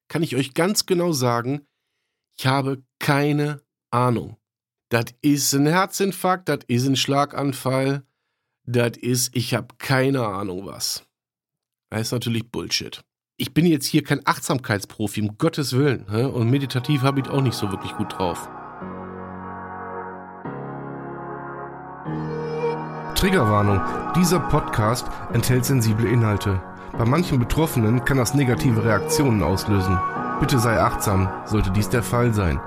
kann ich euch ganz genau sagen, ich habe keine Ahnung. Das ist ein Herzinfarkt, das ist ein Schlaganfall, ich habe keine Ahnung was. Das ist natürlich Bullshit. Ich bin jetzt hier kein Achtsamkeitsprofi, um Gottes Willen. Und meditativ habe ich auch nicht so wirklich gut drauf. Triggerwarnung. Dieser Podcast enthält sensible Inhalte. Bei manchen Betroffenen kann das negative Reaktionen auslösen. Bitte sei achtsam, sollte dies der Fall sein.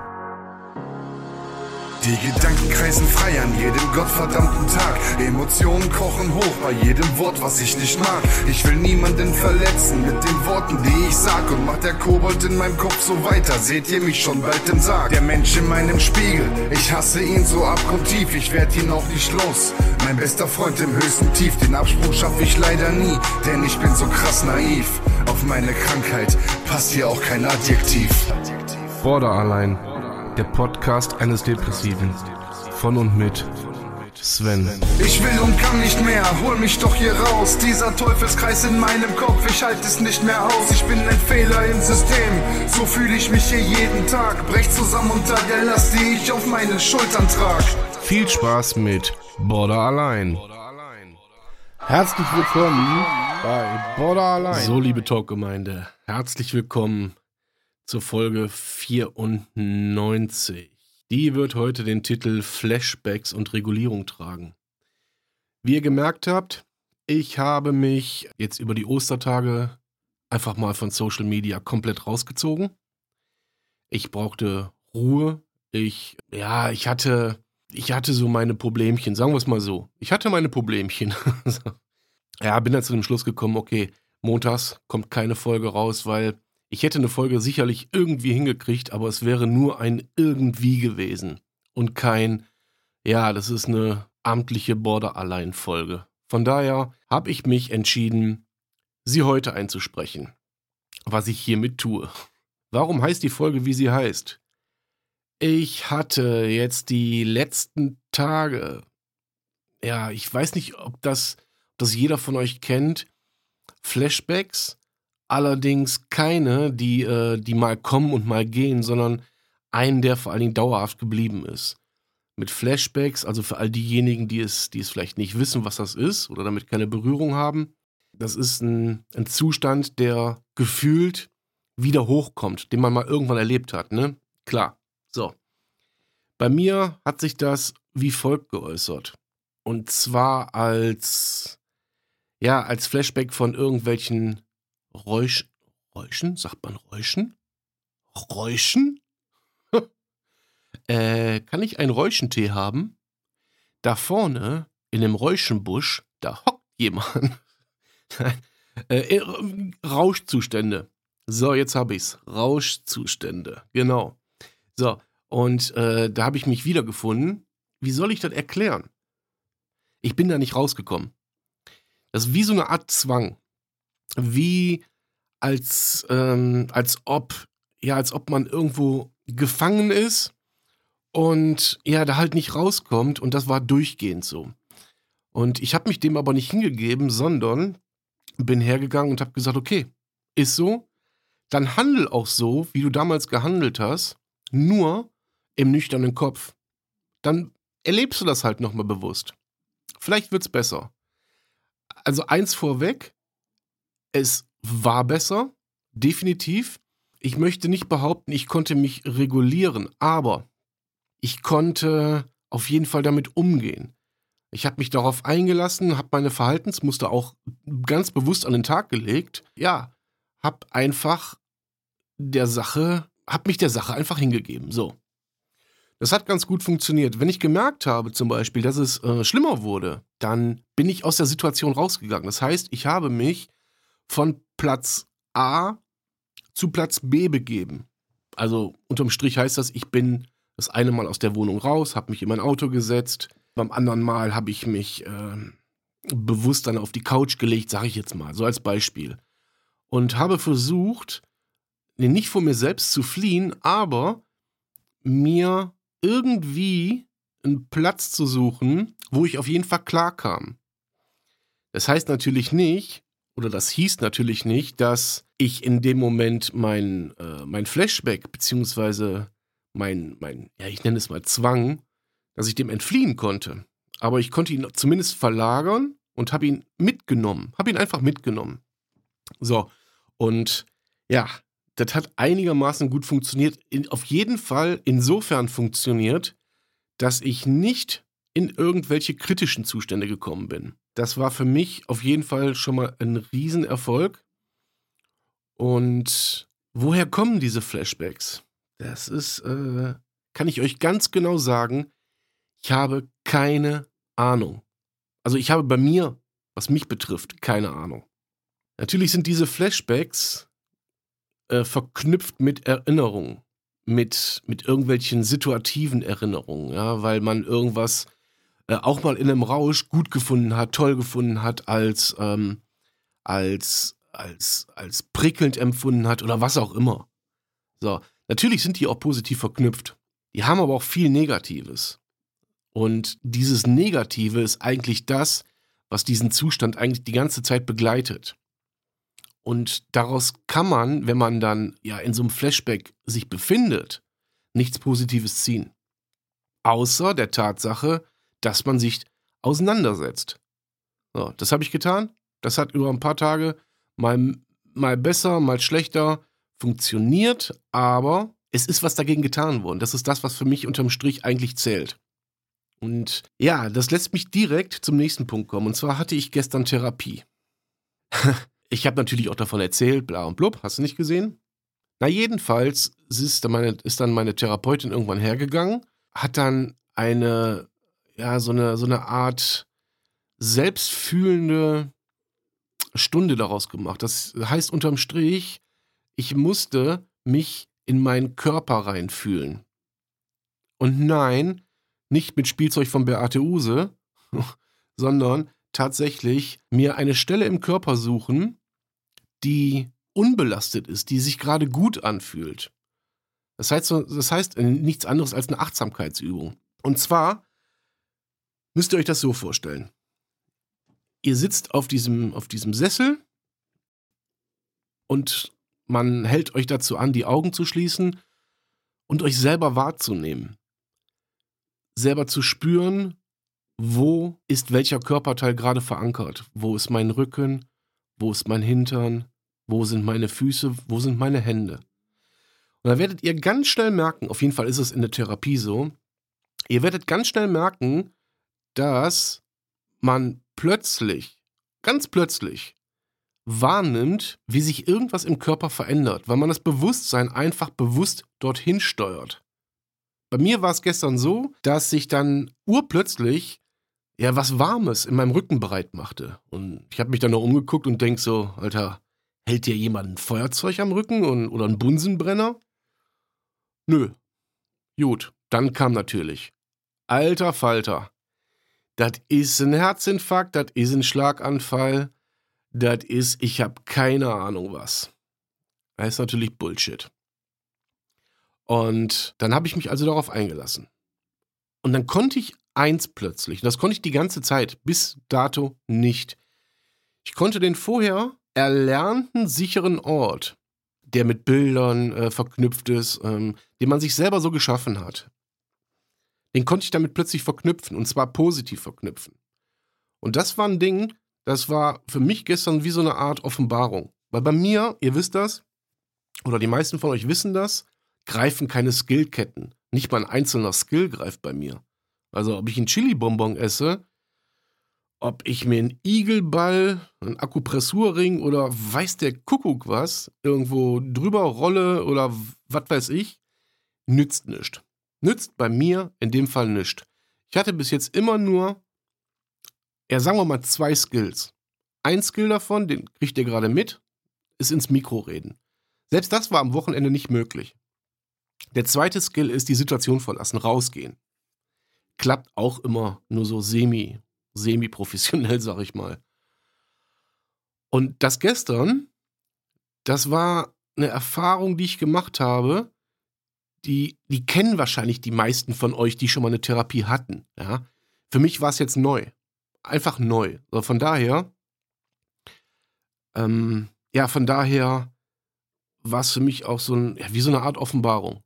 Die Gedanken kreisen frei an jedem gottverdammten Tag. Emotionen kochen hoch bei jedem Wort, was ich nicht mag. Ich will niemanden verletzen mit den Worten, die ich sag. Und macht der Kobold in meinem Kopf so weiter, seht ihr mich schon bald im Sarg. Der Mensch in meinem Spiegel, ich hasse ihn so abgrundtief. Ich werd ihn auch nicht los, mein bester Freund im höchsten Tief. Den Absprung schaff ich leider nie, denn ich bin so krass naiv. Auf meine Krankheit passt hier auch kein Adjektiv. Borderline. Der Podcast eines Depressiven. Von und mit Sven. Ich will und kann nicht mehr, hol mich doch hier raus. Dieser Teufelskreis in meinem Kopf, ich halte es nicht mehr aus. Ich bin ein Fehler im System, so fühle ich mich hier jeden Tag. Brech zusammen unter der Last, die ich auf meinen Schultern trag. Viel Spaß mit Borderline. Herzlich willkommen bei Borderline. So, liebe Talkgemeinde, herzlich willkommen zur Folge 94. Die wird heute den Titel Flashbacks und Regulierung tragen. Wie ihr gemerkt habt, ich habe mich jetzt über die Ostertage einfach mal von Social Media komplett rausgezogen. Ich brauchte Ruhe. Ich hatte so meine Problemchen, sagen wir es mal so. Ich hatte meine Problemchen. Bin dann zu dem Schluss gekommen, okay, montags kommt keine Folge raus, weil ich hätte eine Folge sicherlich irgendwie hingekriegt, aber es wäre nur ein irgendwie gewesen und kein, das ist eine amtliche Borderline-Folge. Von daher habe ich mich entschieden, sie heute einzusprechen, was ich hiermit tue. Warum heißt die Folge, wie sie heißt? Ich hatte jetzt die letzten Tage, ich weiß nicht, ob das jeder von euch kennt, Flashbacks. Allerdings keine, die mal kommen und mal gehen, sondern einen, der vor allen Dingen dauerhaft geblieben ist. Mit Flashbacks, also für all diejenigen, die es vielleicht nicht wissen, was das ist oder damit keine Berührung haben, das ist ein Zustand, der gefühlt wieder hochkommt, den man mal irgendwann erlebt hat, ne? Klar. So. Bei mir hat sich das wie folgt geäußert. Und zwar als Flashback von irgendwelchen Räuschen? Sagt man Räuschen? Räuschen? Kann ich einen Räuschentee haben? Da vorne, in dem Räuschenbusch, da hockt jemand. Rauschzustände. So, jetzt habe ich's. Rauschzustände. Genau. So, und da habe ich mich wiedergefunden. Wie soll ich das erklären? Ich bin da nicht rausgekommen. Das ist wie so eine Art Zwang. Wie als ob man irgendwo gefangen ist und da halt nicht rauskommt, und das war durchgehend so. Und ich habe mich dem aber nicht hingegeben, sondern bin hergegangen und habe gesagt, okay, ist so, dann handel auch so, wie du damals gehandelt hast, nur im nüchternen Kopf. Dann erlebst du das halt nochmal bewusst. Vielleicht wird's besser. Also eins vorweg, es war besser, definitiv. Ich möchte nicht behaupten, ich konnte mich regulieren, aber ich konnte auf jeden Fall damit umgehen. Ich habe mich darauf eingelassen, habe meine Verhaltensmuster auch ganz bewusst an den Tag gelegt. Ja, habe mich der Sache einfach hingegeben. So. Das hat ganz gut funktioniert. Wenn ich gemerkt habe zum Beispiel, dass es schlimmer wurde, dann bin ich aus der Situation rausgegangen. Das heißt, ich habe mich von Platz A zu Platz B begeben. Also unterm Strich heißt das, ich bin das eine Mal aus der Wohnung raus, habe mich in mein Auto gesetzt. Beim anderen Mal habe ich mich bewusst dann auf die Couch gelegt, sage ich jetzt mal, so als Beispiel. Und habe versucht, nicht vor mir selbst zu fliehen, aber mir irgendwie einen Platz zu suchen, wo ich auf jeden Fall klarkam. Das heißt natürlich nicht, oder das hieß natürlich nicht, dass ich in dem Moment mein Flashback, beziehungsweise ich nenne es mal Zwang, dass ich dem entfliehen konnte. Aber ich konnte ihn zumindest verlagern und habe ihn mitgenommen. Habe ihn einfach mitgenommen. So, und ja, das hat einigermaßen gut funktioniert. Auf jeden Fall insofern funktioniert, dass ich nicht in irgendwelche kritischen Zustände gekommen bin. Das war für mich auf jeden Fall schon mal ein Riesenerfolg. Und woher kommen diese Flashbacks? Das ist, kann ich euch ganz genau sagen, ich habe keine Ahnung. Also ich habe bei mir, was mich betrifft, keine Ahnung. Natürlich sind diese Flashbacks verknüpft mit Erinnerungen, mit irgendwelchen situativen Erinnerungen, ja, weil man irgendwas auch mal in einem Rausch gut gefunden hat, toll gefunden hat, als prickelnd empfunden hat oder was auch immer. So, natürlich sind die auch positiv verknüpft. Die haben aber auch viel Negatives. Und dieses Negative ist eigentlich das, was diesen Zustand eigentlich die ganze Zeit begleitet. Und daraus kann man, wenn man dann ja in so einem Flashback sich befindet, nichts Positives ziehen. Außer der Tatsache, dass man sich auseinandersetzt. So, das habe ich getan. Das hat über ein paar Tage mal besser, mal schlechter funktioniert, aber es ist was dagegen getan worden. Das ist das, was für mich unterm Strich eigentlich zählt. Und ja, das lässt mich direkt zum nächsten Punkt kommen. Und zwar hatte ich gestern Therapie. Ich habe natürlich auch davon erzählt, bla und blub, hast du nicht gesehen? Na jedenfalls ist dann meine Therapeutin irgendwann hergegangen, hat dann so eine Art selbstfühlende Stunde daraus gemacht. Das heißt unterm Strich, ich musste mich in meinen Körper reinfühlen. Und nein, nicht mit Spielzeug von Beate Uhse, sondern tatsächlich mir eine Stelle im Körper suchen, die unbelastet ist, die sich gerade gut anfühlt. Das heißt nichts anderes als eine Achtsamkeitsübung. Und zwar müsst ihr euch das so vorstellen. Ihr sitzt auf diesem Sessel und man hält euch dazu an, die Augen zu schließen und euch selber wahrzunehmen. Selber zu spüren, wo ist welcher Körperteil gerade verankert. Wo ist mein Rücken? Wo ist mein Hintern? Wo sind meine Füße? Wo sind meine Hände? Und da werdet ihr ganz schnell merken, auf jeden Fall ist es in der Therapie so, ihr werdet ganz schnell merken, dass man ganz plötzlich wahrnimmt, wie sich irgendwas im Körper verändert, weil man das Bewusstsein einfach bewusst dorthin steuert. Bei mir war es gestern so, dass sich dann urplötzlich was Warmes in meinem Rücken bereit machte. Und ich habe mich dann noch umgeguckt und denke so, Alter, hält dir jemand ein Feuerzeug am Rücken oder einen Bunsenbrenner? Nö. Gut, dann kam natürlich. Alter Falter. Das ist ein Herzinfarkt, das ist ein Schlaganfall, das ist, ich habe keine Ahnung was. Das ist natürlich Bullshit. Und dann habe ich mich also darauf eingelassen. Und dann konnte ich eins plötzlich, und das konnte ich die ganze Zeit, bis dato nicht. Ich konnte den vorher erlernten, sicheren Ort, der mit Bildern verknüpft ist, den man sich selber so geschaffen hat, den konnte ich damit plötzlich verknüpfen, und zwar positiv verknüpfen. Und das war ein Ding, das war für mich gestern wie so eine Art Offenbarung. Weil bei mir, ihr wisst das, oder die meisten von euch wissen das, greifen keine Skillketten. Nicht mal ein einzelner Skill greift bei mir. Also ob ich einen Chili-Bonbon esse, ob ich mir einen Igelball, einen Akupressurring oder weiß der Kuckuck was irgendwo drüber rolle oder was weiß ich, nützt nichts. Nützt bei mir in dem Fall nichts. Ich hatte bis jetzt immer nur, sagen wir mal 2 Skills. Ein Skill davon, den kriegt ihr gerade mit, ist ins Mikro reden. Selbst das war am Wochenende nicht möglich. Der zweite Skill ist die Situation verlassen, rausgehen. Klappt auch immer nur so semi-professionell, sag ich mal. Und das gestern, das war eine Erfahrung, die ich gemacht habe, die kennen wahrscheinlich die meisten von euch, die schon mal eine Therapie hatten. Ja? Für mich war es jetzt neu. Einfach neu. Also von daher Ja, von daher war es für mich auch wie so eine Art Offenbarung.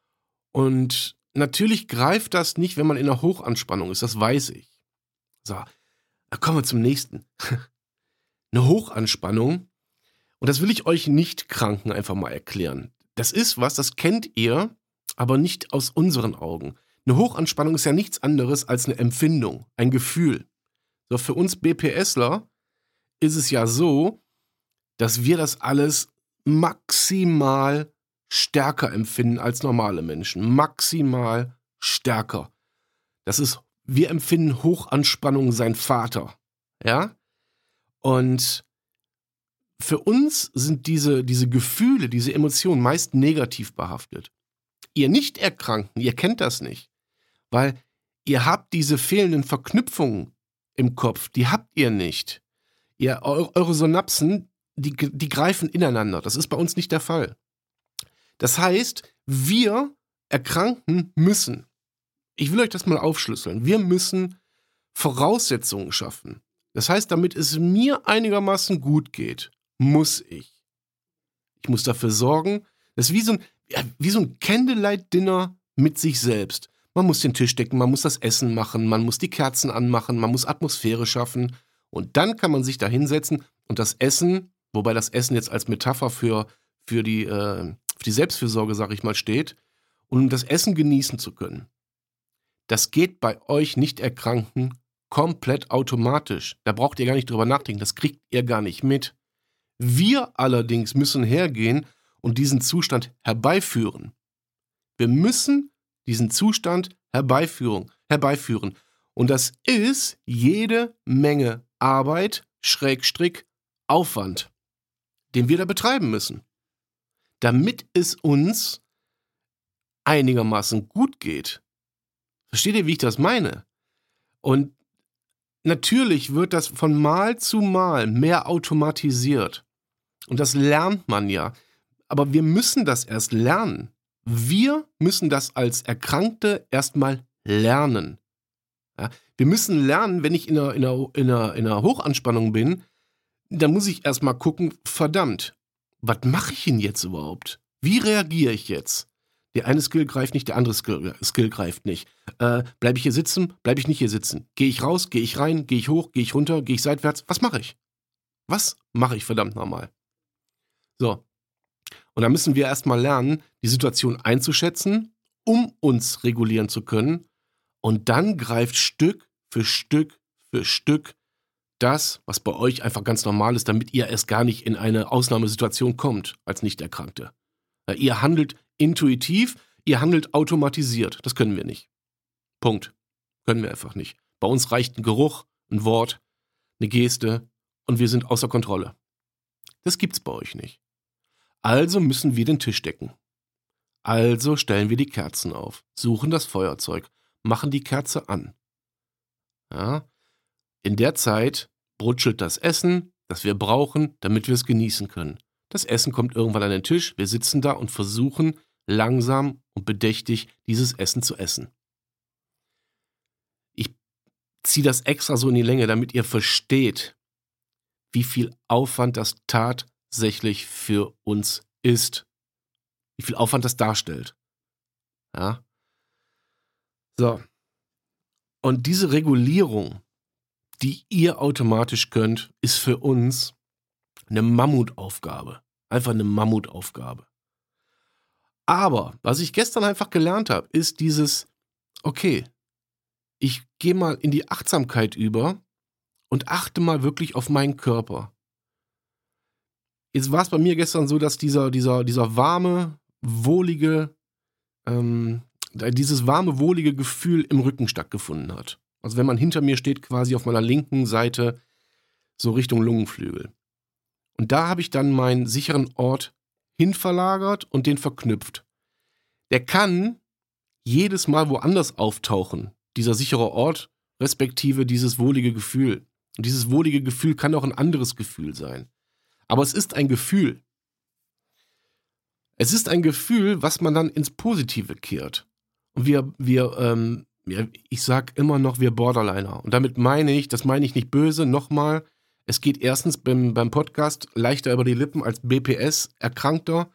Und natürlich greift das nicht, wenn man in einer Hochanspannung ist, das weiß ich. So, da kommen wir zum nächsten. Eine Hochanspannung, und das will ich euch Nicht-Kranken einfach mal erklären. Das ist was, das kennt ihr, aber nicht aus unseren Augen. Eine Hochanspannung ist ja nichts anderes als eine Empfindung, ein Gefühl. So, für uns BPSler ist es ja so, dass wir das alles maximal stärker empfinden als normale Menschen. Maximal stärker. Wir empfinden Hochanspannung sein Vater. Ja? Und für uns sind diese Gefühle, diese Emotionen meist negativ behaftet. Ihr Nicht-Erkrankten, ihr kennt das nicht. Weil ihr habt diese fehlenden Verknüpfungen im Kopf, die habt ihr nicht. Eure Synapsen, die greifen ineinander. Das ist bei uns nicht der Fall. Das heißt, wir Erkrankten müssen, ich will euch das mal aufschlüsseln, wir müssen Voraussetzungen schaffen. Das heißt, damit es mir einigermaßen gut geht, muss ich. Ich muss dafür sorgen, das ist wie so ein Candlelight-Dinner mit sich selbst. Man muss den Tisch decken, man muss das Essen machen, man muss die Kerzen anmachen, man muss Atmosphäre schaffen. Und dann kann man sich da hinsetzen und das Essen, wobei das Essen jetzt als Metapher für die Selbstfürsorge, sag ich mal, steht, um das Essen genießen zu können. Das geht bei euch Nicht-Erkrankten komplett automatisch. Da braucht ihr gar nicht drüber nachdenken, das kriegt ihr gar nicht mit. Wir allerdings müssen hergehen und diesen Zustand herbeiführen. Wir müssen diesen Zustand herbeiführen. Und das ist jede Menge Arbeit, Aufwand, den wir da betreiben müssen, damit es uns einigermaßen gut geht. Versteht ihr, wie ich das meine? Und natürlich wird das von Mal zu Mal mehr automatisiert. Und das lernt man ja. Aber wir müssen das erst lernen. Wir müssen das als Erkrankte erstmal lernen. Ja, wir müssen lernen, wenn ich in einer Hochanspannung bin, dann muss ich erstmal gucken, verdammt, was mache ich denn jetzt überhaupt? Wie reagiere ich jetzt? Der eine Skill greift nicht, der andere Skill greift nicht. Bleibe ich hier sitzen, bleibe ich nicht hier sitzen? Gehe ich raus, gehe ich rein, gehe ich hoch, gehe ich runter, gehe ich seitwärts? Was mache ich? Was mache ich verdammt nochmal? So. Und da müssen wir erstmal lernen, die Situation einzuschätzen, um uns regulieren zu können. Und dann greift Stück für Stück für Stück das, was bei euch einfach ganz normal ist, damit ihr erst gar nicht in eine Ausnahmesituation kommt als Nicht-Erkrankte. Ihr handelt intuitiv, ihr handelt automatisiert. Das können wir nicht. Punkt. Können wir einfach nicht. Bei uns reicht ein Geruch, ein Wort, eine Geste und wir sind außer Kontrolle. Das gibt's bei euch nicht. Also müssen wir den Tisch decken. Also stellen wir die Kerzen auf, suchen das Feuerzeug, machen die Kerze an. Ja? In der Zeit brutschelt das Essen, das wir brauchen, damit wir es genießen können. Das Essen kommt irgendwann an den Tisch, wir sitzen da und versuchen langsam und bedächtig dieses Essen zu essen. Ich ziehe das extra so in die Länge, damit ihr versteht, wie viel Aufwand das tatsächlich für uns ist. Wie viel Aufwand das darstellt. Ja. So. Und diese Regulierung, die ihr automatisch könnt, ist für uns eine Mammutaufgabe. Einfach eine Mammutaufgabe. Aber, was ich gestern einfach gelernt habe, ist dieses, okay, ich gehe mal in die Achtsamkeit über und achte mal wirklich auf meinen Körper. Jetzt war es bei mir gestern so, dass dieser warme, wohlige, dieses warme, wohlige Gefühl im Rücken stattgefunden hat. Also wenn man hinter mir steht, quasi auf meiner linken Seite, so Richtung Lungenflügel. Und da habe ich dann meinen sicheren Ort hinverlagert und den verknüpft. Der kann jedes Mal woanders auftauchen, dieser sichere Ort, respektive dieses wohlige Gefühl. Und dieses wohlige Gefühl kann auch ein anderes Gefühl sein. Aber es ist ein Gefühl. Es ist ein Gefühl, was man dann ins Positive kehrt. Und ich sag immer noch, wir Borderliner. Und damit meine ich, das meine ich nicht böse, nochmal, Es geht erstens beim Podcast leichter über die Lippen als BPS, Erkrankter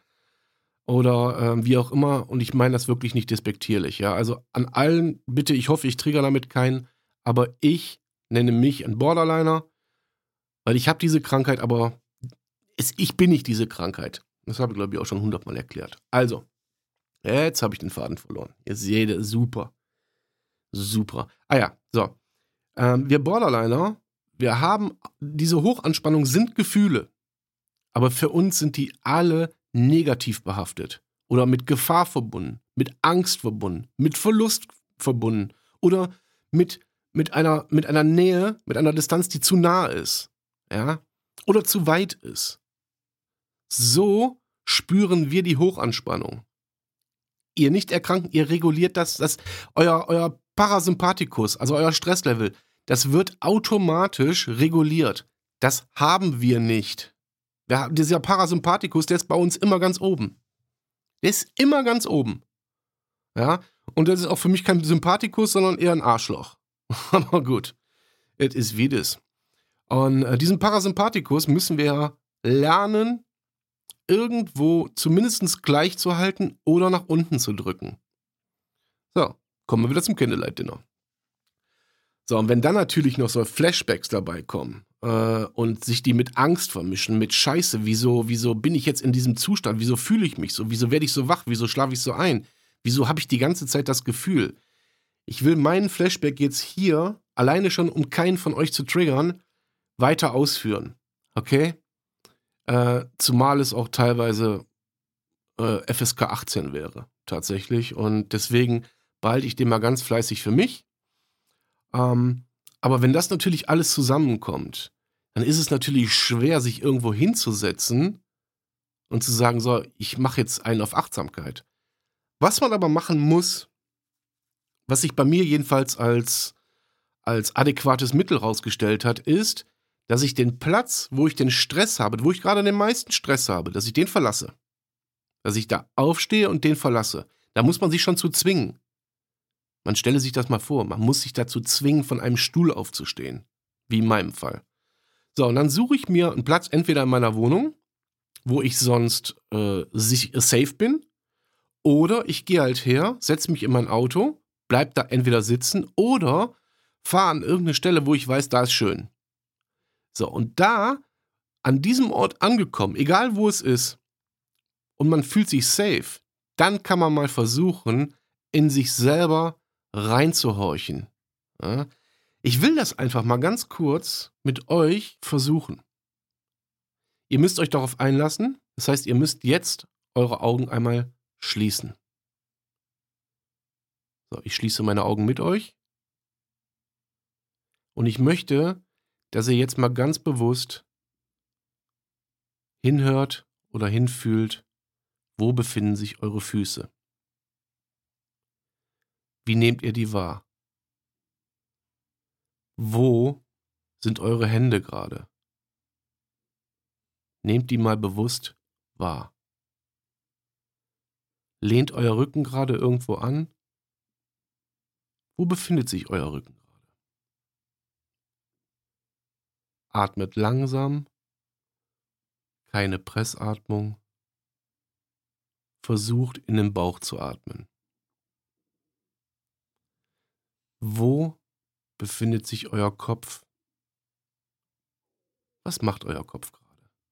oder wie auch immer. Und ich meine das wirklich nicht despektierlich. Ja? Also an allen, bitte, ich hoffe, ich triggere damit keinen, aber ich nenne mich ein Borderliner, weil ich habe diese Krankheit, aber ich bin nicht diese Krankheit. Das habe ich, glaube ich, auch schon 100-mal erklärt. Also, jetzt habe ich den Faden verloren. Ihr seht es, super. Super. Ah ja, so. Wir Borderliner, wir haben, diese Hochanspannung sind Gefühle, aber für uns sind die alle negativ behaftet oder mit Gefahr verbunden, mit Angst verbunden, mit Verlust verbunden oder mit einer Nähe, mit einer Distanz, die zu nah ist, ja, oder zu weit ist. So spüren wir die Hochanspannung. Ihr Nicht-Erkrankten, ihr reguliert euer Parasympathikus, also euer Stresslevel, das wird automatisch reguliert. Das haben wir nicht. Dieser Parasympathikus, der ist bei uns immer ganz oben. Der ist immer ganz oben. Ja, und das ist auch für mich kein Sympathikus, sondern eher ein Arschloch. Aber gut, es ist wie das. Und diesen Parasympathikus müssen wir lernen, irgendwo zumindest gleich zu halten oder nach unten zu drücken. So, kommen wir wieder zum Candlelight-Dinner. So, und wenn dann natürlich noch so Flashbacks dabei kommen und sich die mit Angst vermischen, mit Scheiße, wieso bin ich jetzt in diesem Zustand, wieso fühle ich mich so, wieso werde ich so wach, wieso schlafe ich so ein, wieso habe ich die ganze Zeit das Gefühl, ich will meinen Flashback jetzt hier, alleine schon, um keinen von euch zu triggern, weiter ausführen, okay? Zumal es auch teilweise FSK 18 wäre, tatsächlich, und deswegen behalte ich den mal ganz fleißig für mich. Aber wenn das natürlich alles zusammenkommt, dann ist es natürlich schwer, sich irgendwo hinzusetzen und zu sagen, so, ich mache jetzt einen auf Achtsamkeit. Was man aber machen muss, was sich bei mir jedenfalls als adäquates Mittel rausgestellt hat, ist, dass ich den Platz, wo ich den Stress habe, wo ich gerade den meisten Stress habe, dass ich den verlasse. Dass ich da aufstehe und den verlasse. Da muss man sich schon zu zwingen. Man stelle sich das mal vor, man muss sich dazu zwingen, von einem Stuhl aufzustehen. Wie in meinem Fall. So, und dann suche ich mir einen Platz entweder in meiner Wohnung, wo ich sonst safe bin, oder ich gehe halt her, setze mich in mein Auto, bleib da entweder sitzen oder fahre an irgendeine Stelle, wo ich weiß, da ist schön. So, und da, an diesem Ort angekommen, egal wo es ist, und man fühlt sich safe, dann kann man mal versuchen, in sich selber reinzuhorchen. Ja? Ich will das einfach mal ganz kurz mit euch versuchen. Ihr müsst euch darauf einlassen, das heißt, ihr müsst jetzt eure Augen einmal schließen. So, ich schließe meine Augen mit euch und ich möchte, dass ihr jetzt mal ganz bewusst hinhört oder hinfühlt, wo befinden sich eure Füße? Wie nehmt ihr die wahr? Wo sind eure Hände gerade? Nehmt die mal bewusst wahr. Lehnt euer Rücken gerade irgendwo an? Wo befindet sich euer Rücken gerade? Atmet langsam, keine Pressatmung. Versucht, in den Bauch zu atmen. Wo befindet sich euer Kopf? Was macht euer Kopf gerade?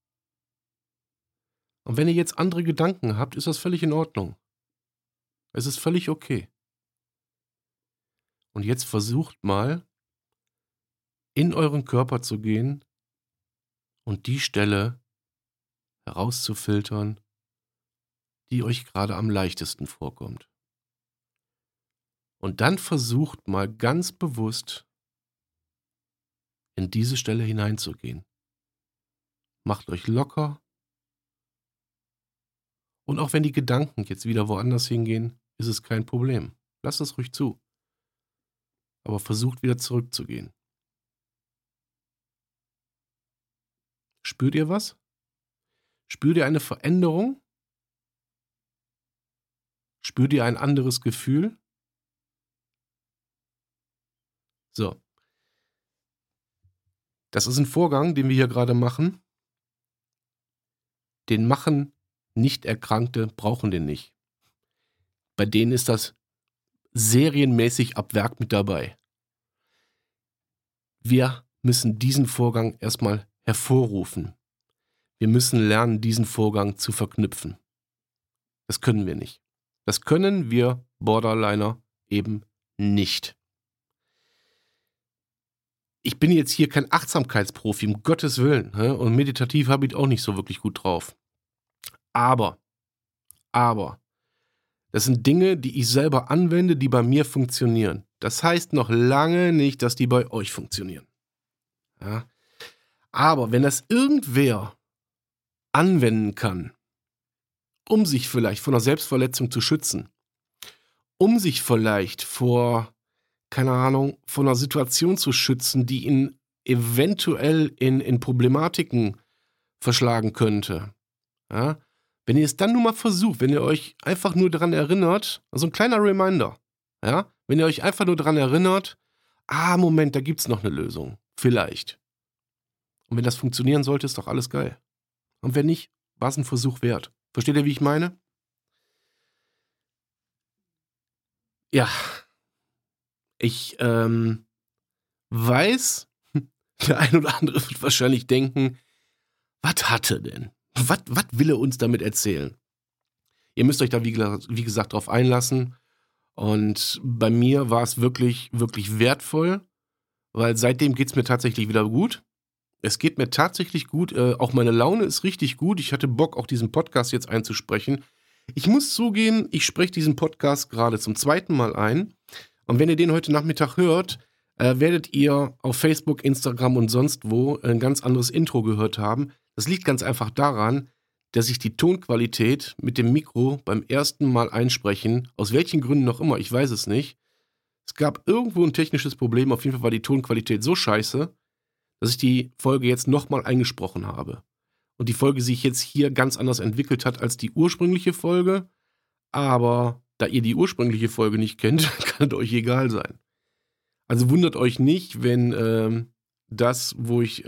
Und wenn ihr jetzt andere Gedanken habt, ist das völlig in Ordnung. Es ist völlig okay. Und jetzt versucht mal, in euren Körper zu gehen und die Stelle herauszufiltern, die euch gerade am leichtesten vorkommt. Und dann versucht mal ganz bewusst, in diese Stelle hineinzugehen. Macht euch locker. Und auch wenn die Gedanken jetzt wieder woanders hingehen, ist es kein Problem. Lasst es ruhig zu. Aber versucht wieder zurückzugehen. Spürt ihr was? Spürt ihr eine Veränderung? Spürt ihr ein anderes Gefühl? So. Das ist ein Vorgang, den wir hier gerade machen. Den machen Nicht-Erkrankte, brauchen den nicht. Bei denen ist das serienmäßig ab Werk mit dabei. Wir müssen diesen Vorgang erstmal hervorrufen. Wir müssen lernen, diesen Vorgang zu verknüpfen. Das können wir nicht. Das können wir Borderliner eben nicht. Ich bin jetzt hier kein Achtsamkeitsprofi, um Gottes Willen. Und meditativ habe ich auch nicht so wirklich gut drauf. Aber, das sind Dinge, die ich selber anwende, die bei mir funktionieren. Das heißt noch lange nicht, dass die bei euch funktionieren. Ja? Aber wenn das irgendwer anwenden kann, um sich vielleicht vor einer Selbstverletzung zu schützen, um sich vielleicht vor, keine Ahnung, vor einer Situation zu schützen, die ihn eventuell in Problematiken verschlagen könnte. Ja? Wenn ihr es dann nur mal versucht, wenn ihr euch einfach nur daran erinnert, also ein kleiner Reminder, ja? Wenn ihr euch einfach nur daran erinnert, Moment, da gibt's noch eine Lösung, vielleicht. Und wenn das funktionieren sollte, ist doch alles geil. Und wenn nicht, war es ein Versuch wert. Versteht ihr, wie ich meine? Ja, ich weiß, der ein oder andere wird wahrscheinlich denken, was hat er denn? Was will er uns damit erzählen? Ihr müsst euch da, wie gesagt, drauf einlassen. Und bei mir war es wirklich, wirklich wertvoll, weil seitdem geht es mir tatsächlich wieder gut. Es geht mir tatsächlich gut. Auch meine Laune ist richtig gut. Ich hatte Bock, auch diesen Podcast jetzt einzusprechen. Ich muss zugeben, ich spreche diesen Podcast gerade zum 2. Mal ein. Und wenn ihr den heute Nachmittag hört, werdet ihr auf Facebook, Instagram und sonst wo ein ganz anderes Intro gehört haben. Das liegt ganz einfach daran, dass ich die Tonqualität mit dem Mikro beim ersten Mal einsprechen, aus welchen Gründen noch immer, ich weiß es nicht. Es gab irgendwo ein technisches Problem, auf jeden Fall war die Tonqualität so scheiße, dass ich die Folge jetzt nochmal eingesprochen habe. Und die Folge sich jetzt hier ganz anders entwickelt hat als die ursprüngliche Folge. Aber da ihr die ursprüngliche Folge nicht kennt, kann es euch egal sein. Also wundert euch nicht, wenn das, wo ich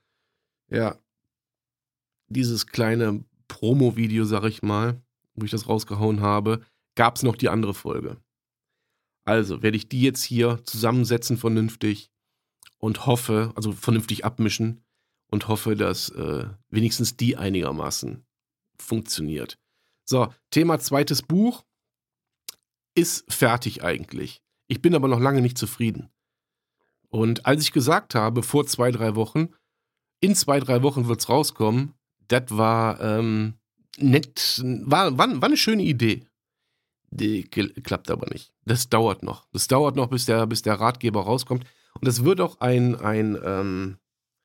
dieses kleine Promo-Video, sag ich mal, wo ich das rausgehauen habe, gab es noch die andere Folge. Also werde ich die jetzt hier zusammensetzen vernünftig und hoffe, also vernünftig abmischen und hoffe, dass wenigstens die einigermaßen funktioniert. So, Thema 2. Buch ist fertig eigentlich. Ich bin aber noch lange nicht zufrieden. Und als ich gesagt habe, vor 2-3 Wochen, in 2-3 Wochen wird es rauskommen, das war nett, war eine schöne Idee. Die klappt aber nicht. Das dauert noch. Das dauert noch, bis der Ratgeber rauskommt. Und das wird auch eine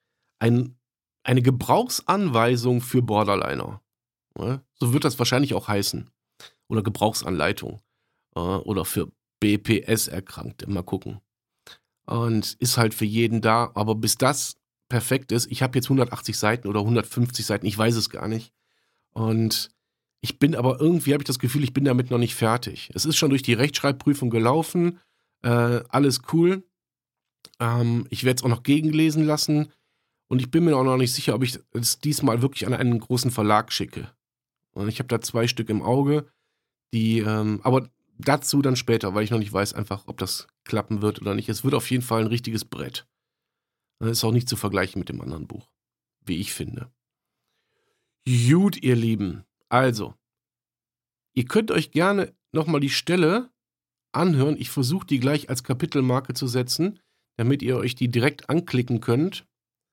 Gebrauchsanweisung für Borderliner. Ja? So wird das wahrscheinlich auch heißen. Oder Gebrauchsanleitung. Oder für BPS-Erkrankte. Mal gucken. Und ist halt für jeden da. Aber bis das perfekt ist, ich habe jetzt 180 Seiten oder 150 Seiten, ich weiß es gar nicht. Und ich bin aber irgendwie, habe ich das Gefühl, ich bin damit noch nicht fertig. Es ist schon durch die Rechtschreibprüfung gelaufen. Alles cool. Ich werde es auch noch gegenlesen lassen. Und ich bin mir auch noch nicht sicher, ob ich es diesmal wirklich an einen großen Verlag schicke. Und ich habe da 2 Stück im Auge, die, aber dazu dann später, weil ich noch nicht weiß einfach, ob das klappen wird oder nicht. Es wird auf jeden Fall ein richtiges Brett. Das ist auch nicht zu vergleichen mit dem anderen Buch, wie ich finde. Gut, ihr Lieben. Also, ihr könnt euch gerne nochmal die Stelle anhören. Ich versuche die gleich als Kapitelmarke zu setzen, damit ihr euch die direkt anklicken könnt.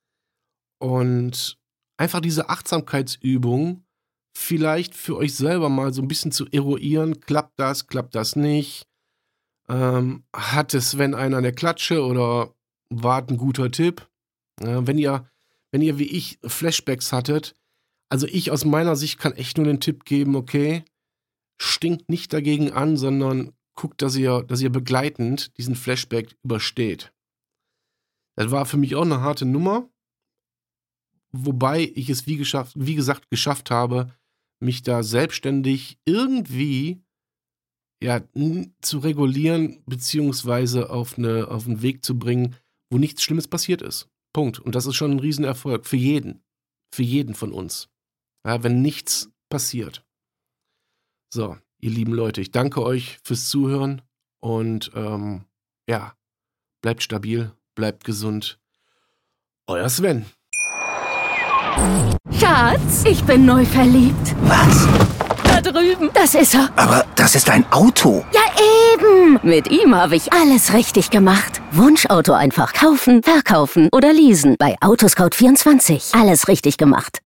Und einfach diese Achtsamkeitsübung vielleicht für euch selber mal so ein bisschen zu eruieren. Klappt das nicht? Hat es Sven einer an der Klatsche oder war ein guter Tipp? Wenn ihr wie ich Flashbacks hattet, also ich aus meiner Sicht kann echt nur den Tipp geben, okay, stinkt nicht dagegen an, sondern guckt, dass ihr begleitend diesen Flashback übersteht. Das war für mich auch eine harte Nummer, wobei ich es wie gesagt geschafft habe, mich da selbstständig irgendwie zu regulieren, beziehungsweise auf einen Weg zu bringen, wo nichts Schlimmes passiert ist. Punkt. Und das ist schon ein Riesenerfolg für jeden. Für jeden von uns. Ja, wenn nichts passiert. So, ihr lieben Leute, ich danke euch fürs Zuhören und ja, bleibt stabil, bleibt gesund. Euer Sven. Schatz, ich bin neu verliebt. Was? Da drüben. Das ist er. Aber das ist ein Auto. Ja, eben. Mit ihm habe ich alles richtig gemacht. Wunschauto einfach kaufen, verkaufen oder leasen. Bei Autoscout24. Alles richtig gemacht.